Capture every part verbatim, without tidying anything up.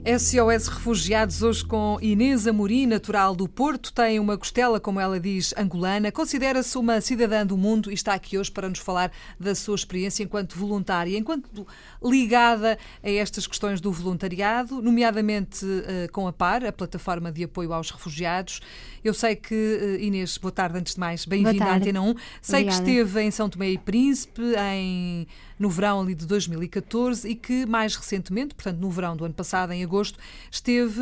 S O S Refugiados, hoje com Inês Amorim, natural do Porto, tem uma costela, como ela diz, angolana, considera-se uma cidadã do mundo e está aqui hoje para nos falar da sua experiência enquanto voluntária, enquanto ligada a estas questões do voluntariado, nomeadamente uh, com a PAR, a Plataforma de Apoio aos Refugiados. Eu sei que, uh, Inês, boa tarde, antes de mais, bem-vinda à Antena um. Sei Obrigada. Que esteve em São Tomé e Príncipe em, no verão ali de dois mil e catorze e que mais recentemente, portanto no verão do ano passado, em agosto, esteve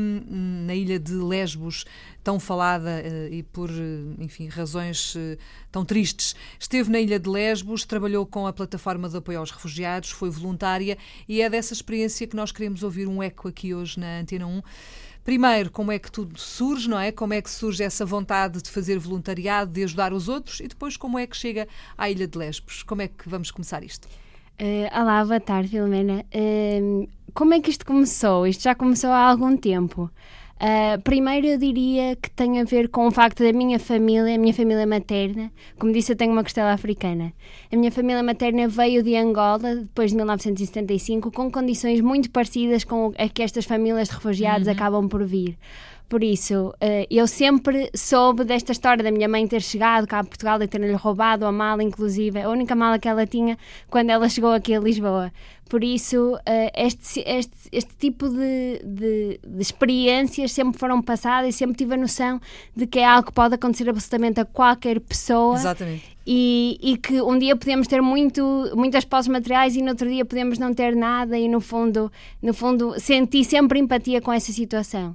um, na ilha de Lesbos, tão falada uh, e por, uh, enfim, razões uh, tão tristes. Esteve na ilha de Lesbos, trabalhou com a Plataforma de Apoio aos Refugiados, foi voluntária e é dessa experiência que nós queremos ouvir um eco aqui hoje na Antena um. Primeiro, como é que tudo surge, não é? Como é que surge essa vontade de fazer voluntariado, de ajudar os outros e depois como é que chega à ilha de Lesbos? Como é que vamos começar isto? Uh, olá, boa tarde, Filomena. Uh, como é que isto começou? Isto já começou há algum tempo. Uh, primeiro eu diria que tem a ver com o facto da minha família, a minha família materna. Como disse, eu tenho uma costela africana. A minha família materna veio de Angola, depois de mil novecentos e setenta e cinco, com condições muito parecidas com a que estas famílias de refugiados uhum. acabam por vir. Por isso, eu sempre soube desta história da minha mãe ter chegado cá a Portugal e ter-lhe roubado a mala, inclusive, a única mala que ela tinha quando ela chegou aqui a Lisboa. Por isso, este, este, este tipo de, de, de experiências sempre foram passadas e sempre tive a noção de que é algo que pode acontecer absolutamente a qualquer pessoa. Exatamente. E, e que um dia podemos ter muito, muitas posses materiais e no outro dia podemos não ter nada e, no fundo, no fundo senti sempre empatia com essa situação.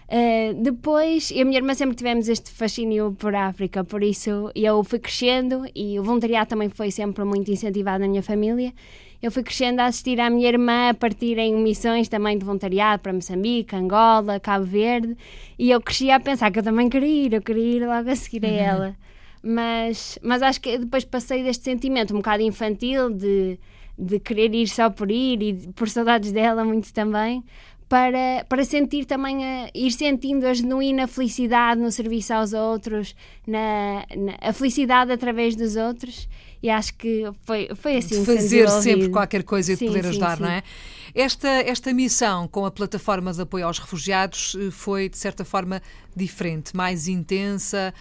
Uh, depois, eu e a minha irmã sempre tivemos este fascínio por África, por isso eu fui crescendo e o voluntariado também foi sempre muito incentivado na minha família. Eu fui crescendo a assistir à minha irmã a partir em missões também de voluntariado para Moçambique, Angola, Cabo Verde, e eu crescia a pensar que eu também queria ir, eu queria ir logo a seguir a ela. Mas, mas acho que depois passei deste sentimento um bocado infantil de, de querer ir só por ir e por saudades dela muito também, Para, para sentir também, a, ir sentindo a genuína felicidade no serviço aos outros, na, na, a felicidade através dos outros, e acho que foi, foi assim. De fazer sempre qualquer coisa e de sim, poder sim, ajudar, sim. não é? Esta, esta missão com a Plataforma de Apoio aos Refugiados foi, de certa forma, diferente, mais intensa,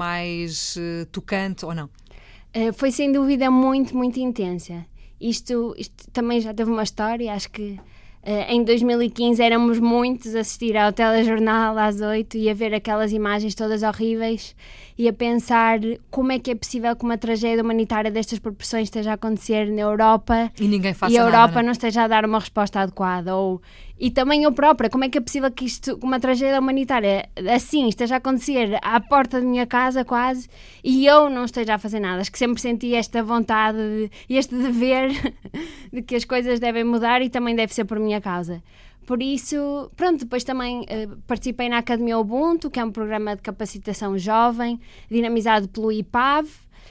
mais uh, tocante, ou não? Uh, foi, sem dúvida, muito, muito intensa. Isto, isto também já teve uma história, acho que Uh, em dois mil e quinze éramos muitos a assistir ao telejornal às oito e a ver aquelas imagens todas horríveis e a pensar como é que é possível que uma tragédia humanitária destas proporções esteja a acontecer na Europa e ninguém faça e a nada, Europa não, é? não esteja a dar uma resposta adequada. Ou, e também eu própria, como é que é possível que isto, uma tragédia humanitária assim esteja a acontecer à porta da minha casa quase e eu não esteja a fazer nada. Acho que sempre senti esta vontade e este dever de que as coisas devem mudar e também deve ser por minha causa. Por isso, pronto, depois também uh, participei na Academia Ubuntu, que é um programa de capacitação jovem, dinamizado pelo I P A V.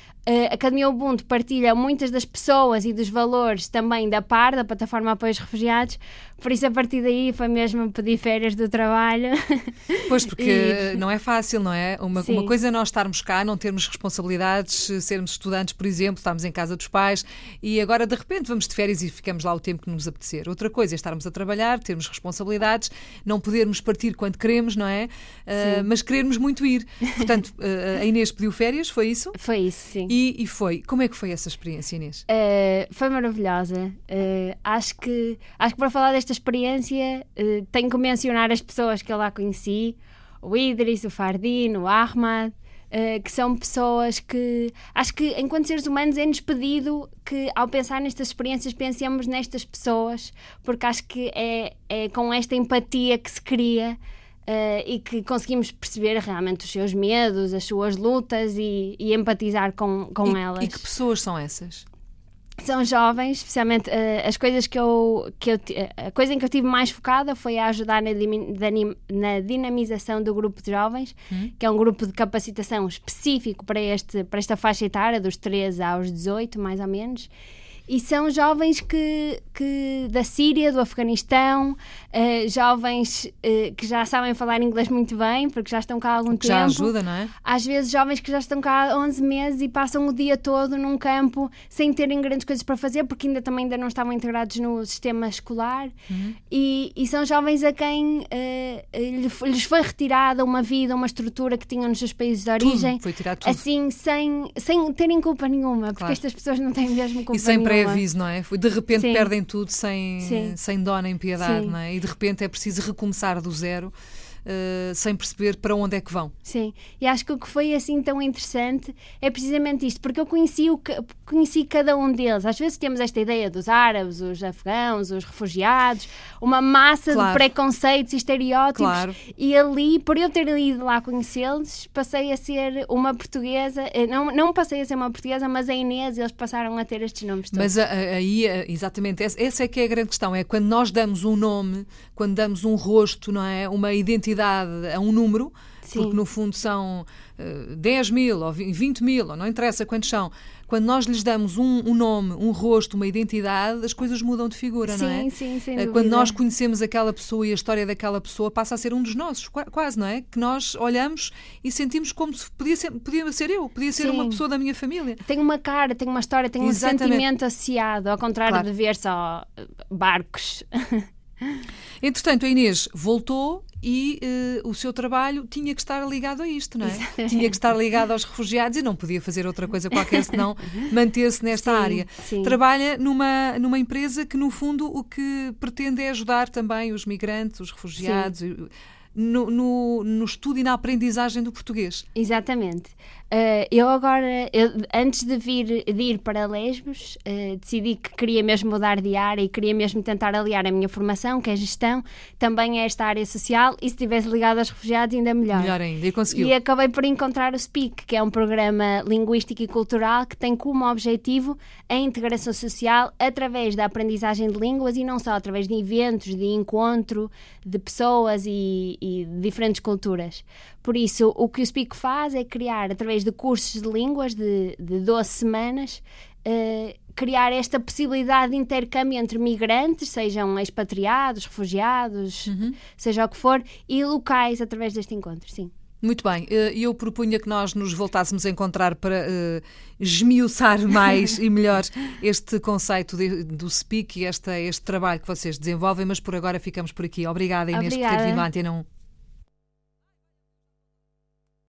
A Academia Ubuntu partilha muitas das pessoas e dos valores também da PAR, da Plataforma de Apoio aos Refugiados, por isso a partir daí foi mesmo pedir férias do trabalho. Pois, porque e... não é fácil, não é? Uma, uma coisa é nós estarmos cá, não termos responsabilidades, sermos estudantes, por exemplo, estarmos em casa dos pais e agora de repente vamos de férias e ficamos lá o tempo que nos apetecer. Outra coisa é estarmos a trabalhar, termos responsabilidades, não podermos partir quando queremos, não é? Uh, mas querermos muito ir. Portanto, uh, a Inês pediu férias, foi isso? Foi isso, sim. E, e foi. Como é que foi essa experiência, Inês? Uh, foi maravilhosa. Uh, acho que, acho que para falar desta experiência uh, tenho que mencionar as pessoas que eu lá conheci, o Idris, o Fardin, o Ahmad, uh, que são pessoas que acho que enquanto seres humanos é-nos pedido que ao pensar nestas experiências pensemos nestas pessoas, porque acho que é, é com esta empatia que se cria Uh, e que conseguimos perceber realmente os seus medos, as suas lutas e, e empatizar com, com e, elas. E que pessoas são essas? São jovens, especialmente uh, as coisas que eu, que eu... A coisa em que eu estive mais focada foi a ajudar na, na dinamização do grupo de jovens, hum. que é um grupo de capacitação específico para, este, para esta faixa etária, dos treze aos dezoito, mais ou menos. E são jovens que, que da Síria, do Afeganistão, uh, jovens uh, que já sabem falar inglês muito bem, porque já estão cá há algum tempo. Já ajuda, não é? Às vezes jovens que já estão cá há onze meses e passam o dia todo num campo sem terem grandes coisas para fazer, porque ainda também ainda não estavam integrados no sistema escolar. Uhum. E, e são jovens a quem uh, lhes foi retirada uma vida, uma estrutura que tinham nos seus países de origem. Tudo, foi tirar tudo. Assim, sem, sem terem culpa nenhuma, porque claro. Estas pessoas não têm mesmo culpa nenhuma. E sem nenhuma. pré-aviso, não é? De repente Sim. perdem tudo sem, sem dó nem piedade, Sim. não é? E de repente é preciso recomeçar do zero. Uh, sem perceber para onde é que vão. Sim, e acho que o que foi assim tão interessante é precisamente isto, porque eu conheci, o, conheci cada um deles. Às vezes temos esta ideia dos árabes, os afegãos, os refugiados, uma massa claro. de preconceitos e estereótipos, claro. E ali, por eu ter ido lá conhecê-los, passei a ser uma portuguesa, não, não passei a ser uma portuguesa, mas a Inês, eles passaram a ter estes nomes todos. Mas aí, exatamente, essa é que é a grande questão, é quando nós damos um nome, quando damos um rosto, não é? Uma identidade a um número, Sim. porque no fundo são uh, dez mil ou vinte mil, ou não interessa quantos são. Quando nós lhes damos um, um nome, um rosto, uma identidade, as coisas mudam de figura, sim, não é? Sim, sem Quando dúvida. nós conhecemos aquela pessoa e a história daquela pessoa passa a ser um dos nossos, quase, não é? Que nós olhamos e sentimos como se podia ser, podia ser eu, podia ser sim. uma pessoa da minha família. Tem uma cara, tem uma história, tem Exatamente. um sentimento associado, ao contrário claro. de ver só barcos. Entretanto, a Inês voltou e uh, o seu trabalho tinha que estar ligado a isto, não é? Exatamente. Tinha que estar ligado aos refugiados e não podia fazer outra coisa qualquer senão manter-se nesta sim, área. Sim. Trabalha numa, numa empresa que, no fundo, o que pretende é ajudar também os migrantes, os refugiados, no, no, no estudo e na aprendizagem do português. Exatamente. Uh, eu agora, eu, antes de, vir, de ir para Lesbos, uh, decidi que queria mesmo mudar de área e queria mesmo tentar aliar a minha formação, que é gestão, também a esta área social, e se estivesse ligado aos refugiados ainda melhor. Melhor ainda, e conseguiu. E acabei por encontrar o SPEAK, que é um programa linguístico e cultural que tem como objetivo a integração social através da aprendizagem de línguas e não só através de eventos, de encontro de pessoas e, e de diferentes culturas. Por isso, o que o SPEAK faz é criar, através de cursos de línguas de, de doze semanas, uh, criar esta possibilidade de intercâmbio entre migrantes, sejam expatriados, refugiados, uhum. seja o que for, e locais através deste encontro, sim. Muito bem, eu propunha que nós nos voltássemos a encontrar para uh, esmiuçar mais e melhor este conceito de, do SPEAK e este, este trabalho que vocês desenvolvem, mas por agora ficamos por aqui. Obrigada, Inês, Obrigada. por ter vindo à Antena um.